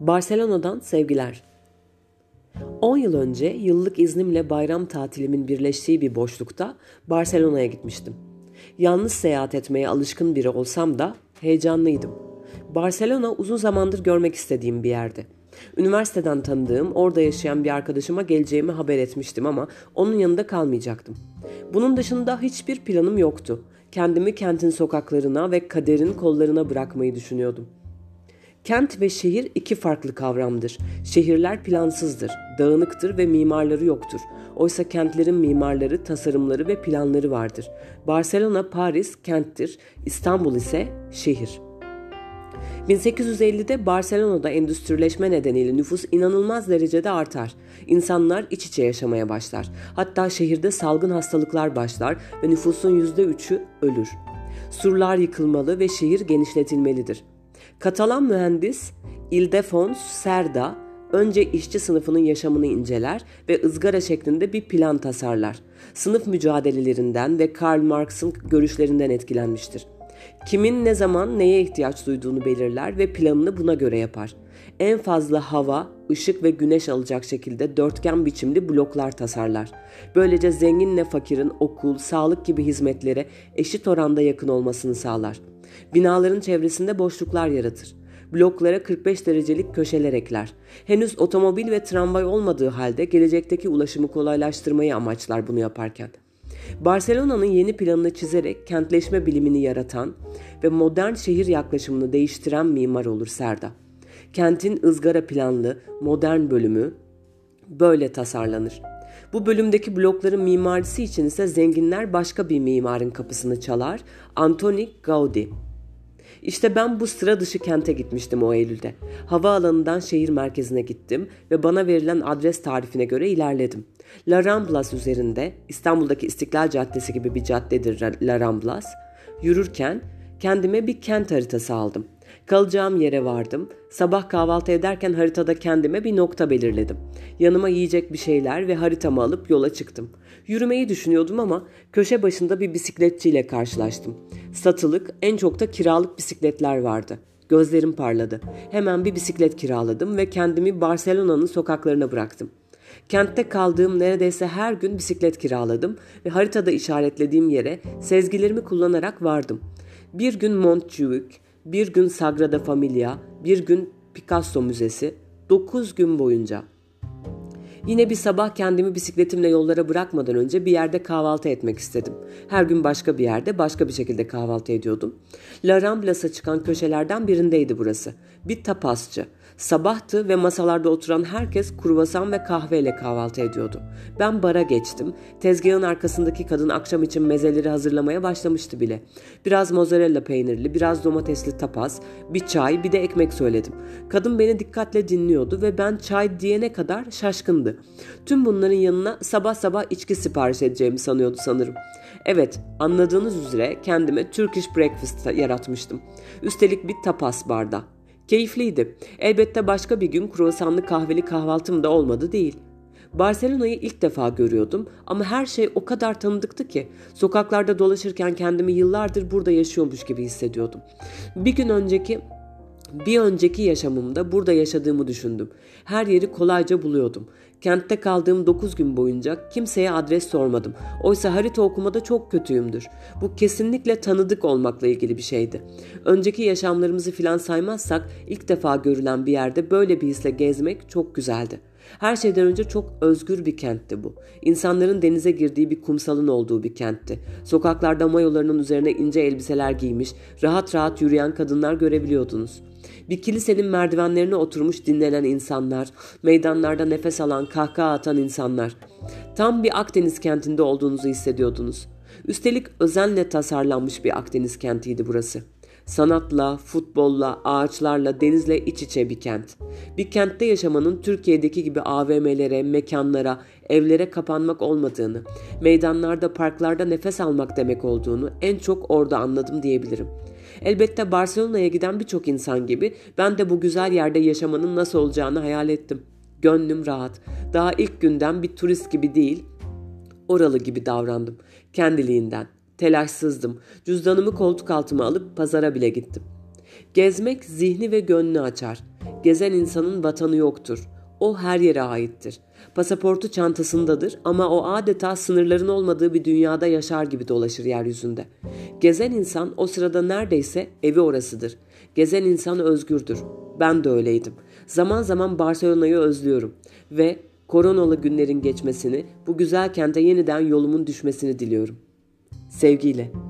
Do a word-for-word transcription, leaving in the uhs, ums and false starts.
Barcelona'dan sevgiler. on yıl önce yıllık iznimle bayram tatilimin birleştiği bir boşlukta Barcelona'ya gitmiştim. Yalnız seyahat etmeye alışkın biri olsam da heyecanlıydım. Barcelona uzun zamandır görmek istediğim bir yerdi. Üniversiteden tanıdığım, orada yaşayan bir arkadaşıma geleceğimi haber etmiştim ama onun yanında kalmayacaktım. Bunun dışında hiçbir planım yoktu. Kendimi kentin sokaklarına ve kaderin kollarına bırakmayı düşünüyordum. Kent ve şehir iki farklı kavramdır. Şehirler plansızdır, dağınıktır ve mimarları yoktur. Oysa kentlerin mimarları, tasarımları ve planları vardır. Barcelona, Paris kenttir, İstanbul ise şehir. bin sekiz yüz ellide Barcelona'da endüstrileşme nedeniyle nüfus inanılmaz derecede artar. İnsanlar iç içe yaşamaya başlar. Hatta şehirde salgın hastalıklar başlar ve nüfusun yüzde üçü ölür. Surlar yıkılmalı ve şehir genişletilmelidir. Katalan mühendis Ildefons Cerda önce işçi sınıfının yaşamını inceler ve ızgara şeklinde bir plan tasarlar. Sınıf mücadelelerinden ve Karl Marx'ın görüşlerinden etkilenmiştir. Kimin ne zaman neye ihtiyaç duyduğunu belirler ve planını buna göre yapar. En fazla hava, ışık ve güneş alacak şekilde dörtgen biçimli bloklar tasarlar. Böylece zenginle fakirin okul, sağlık gibi hizmetlere eşit oranda yakın olmasını sağlar. Binaların çevresinde boşluklar yaratır. Bloklara kırk beş derecelik köşeler ekler. Henüz otomobil ve tramvay olmadığı halde gelecekteki ulaşımı kolaylaştırmayı amaçlar bunu yaparken. Barcelona'nın yeni planını çizerek kentleşme bilimini yaratan ve modern şehir yaklaşımını değiştiren mimar olur Cerda. Kentin ızgara planlı, modern bölümü böyle tasarlanır. Bu bölümdeki blokların mimarisi için ise zenginler başka bir mimarın kapısını çalar, Antoni Gaudi. İşte ben bu sıra dışı kente gitmiştim o Eylül'de. Havaalanından şehir merkezine gittim ve bana verilen adres tarifine göre ilerledim. La Ramblas üzerinde, İstanbul'daki İstiklal Caddesi gibi bir caddedir La Ramblas. Yürürken kendime bir kent haritası aldım. Kalacağım yere vardım. Sabah kahvaltı ederken haritada kendime bir nokta belirledim. Yanıma yiyecek bir şeyler ve haritamı alıp yola çıktım. Yürümeyi düşünüyordum ama köşe başında bir bisikletçiyle karşılaştım. Satılık, en çok da kiralık bisikletler vardı. Gözlerim parladı. Hemen bir bisiklet kiraladım ve kendimi Barcelona'nın sokaklarına bıraktım. Kentte kaldığım neredeyse her gün bisiklet kiraladım ve haritada işaretlediğim yere sezgilerimi kullanarak vardım. Bir gün Montjuic, bir gün Sagrada Familia, bir gün Picasso Müzesi, dokuz gün boyunca. Yine bir sabah kendimi bisikletimle yollara bırakmadan önce bir yerde kahvaltı etmek istedim. Her gün başka bir yerde, başka bir şekilde kahvaltı ediyordum. La Ramblas'a çıkan köşelerden birindeydi burası. Bir tapasçı. Sabahtı ve masalarda oturan herkes kruvasan ve kahveyle kahvaltı ediyordu. Ben bara geçtim. Tezgahın arkasındaki kadın akşam için mezeleri hazırlamaya başlamıştı bile. Biraz mozzarella peynirli, biraz domatesli tapas, bir çay, bir de ekmek söyledim. Kadın beni dikkatle dinliyordu ve ben çay diyene kadar şaşkındı. Tüm bunların yanına sabah sabah içki sipariş edeceğimi sanıyordu sanırım. Evet, anladığınız üzere kendime Turkish breakfast yaratmıştım. Üstelik bir tapas barda. Keyifliydi. Elbette başka bir gün kruvasanlı kahveli kahvaltım da olmadı değil. Barcelona'yı ilk defa görüyordum ama her şey o kadar tanıdıktı ki sokaklarda dolaşırken kendimi yıllardır burada yaşıyormuş gibi hissediyordum. Bir gün önceki Bir önceki yaşamımda burada yaşadığımı düşündüm. Her yeri kolayca buluyordum. Kentte kaldığım dokuz gün boyunca kimseye adres sormadım. Oysa harita okumada çok kötüyümdür. Bu kesinlikle tanıdık olmakla ilgili bir şeydi. Önceki yaşamlarımızı filan saymazsak ilk defa görülen bir yerde böyle bir hisle gezmek çok güzeldi. Her şeyden önce çok özgür bir kentti bu. İnsanların denize girdiği bir kumsalın olduğu bir kentti. Sokaklarda mayolarının üzerine ince elbiseler giymiş, rahat rahat yürüyen kadınlar görebiliyordunuz. Bir kilisenin merdivenlerine oturmuş dinlenen insanlar, meydanlarda nefes alan, kahkaha atan insanlar. Tam bir Akdeniz kentinde olduğunuzu hissediyordunuz. Üstelik özenle tasarlanmış bir Akdeniz kentiydi burası. Sanatla, futbolla, ağaçlarla, denizle iç içe bir kent. Bir kentte yaşamanın Türkiye'deki gibi A V M'lere, mekanlara, evlere kapanmak olmadığını, meydanlarda, parklarda nefes almak demek olduğunu en çok orada anladım diyebilirim. Elbette Barcelona'ya giden birçok insan gibi ben de bu güzel yerde yaşamanın nasıl olacağını hayal ettim. Gönlüm rahat. Daha ilk günden bir turist gibi değil, oralı gibi davrandım. Kendiliğinden. Telaşsızdım. Cüzdanımı koltuk altıma alıp pazara bile gittim. Gezmek zihni ve gönlünü açar. Gezen insanın vatanı yoktur. O her yere aittir. Pasaportu çantasındadır ama o adeta sınırların olmadığı bir dünyada yaşar gibi dolaşır yeryüzünde. Gezen insan o sırada neredeyse evi orasıdır. Gezen insan özgürdür. Ben de öyleydim. Zaman zaman Barcelona'yı özlüyorum ve koronalı günlerin geçmesini, bu güzel kente yeniden yolumun düşmesini diliyorum. Sevgiyle.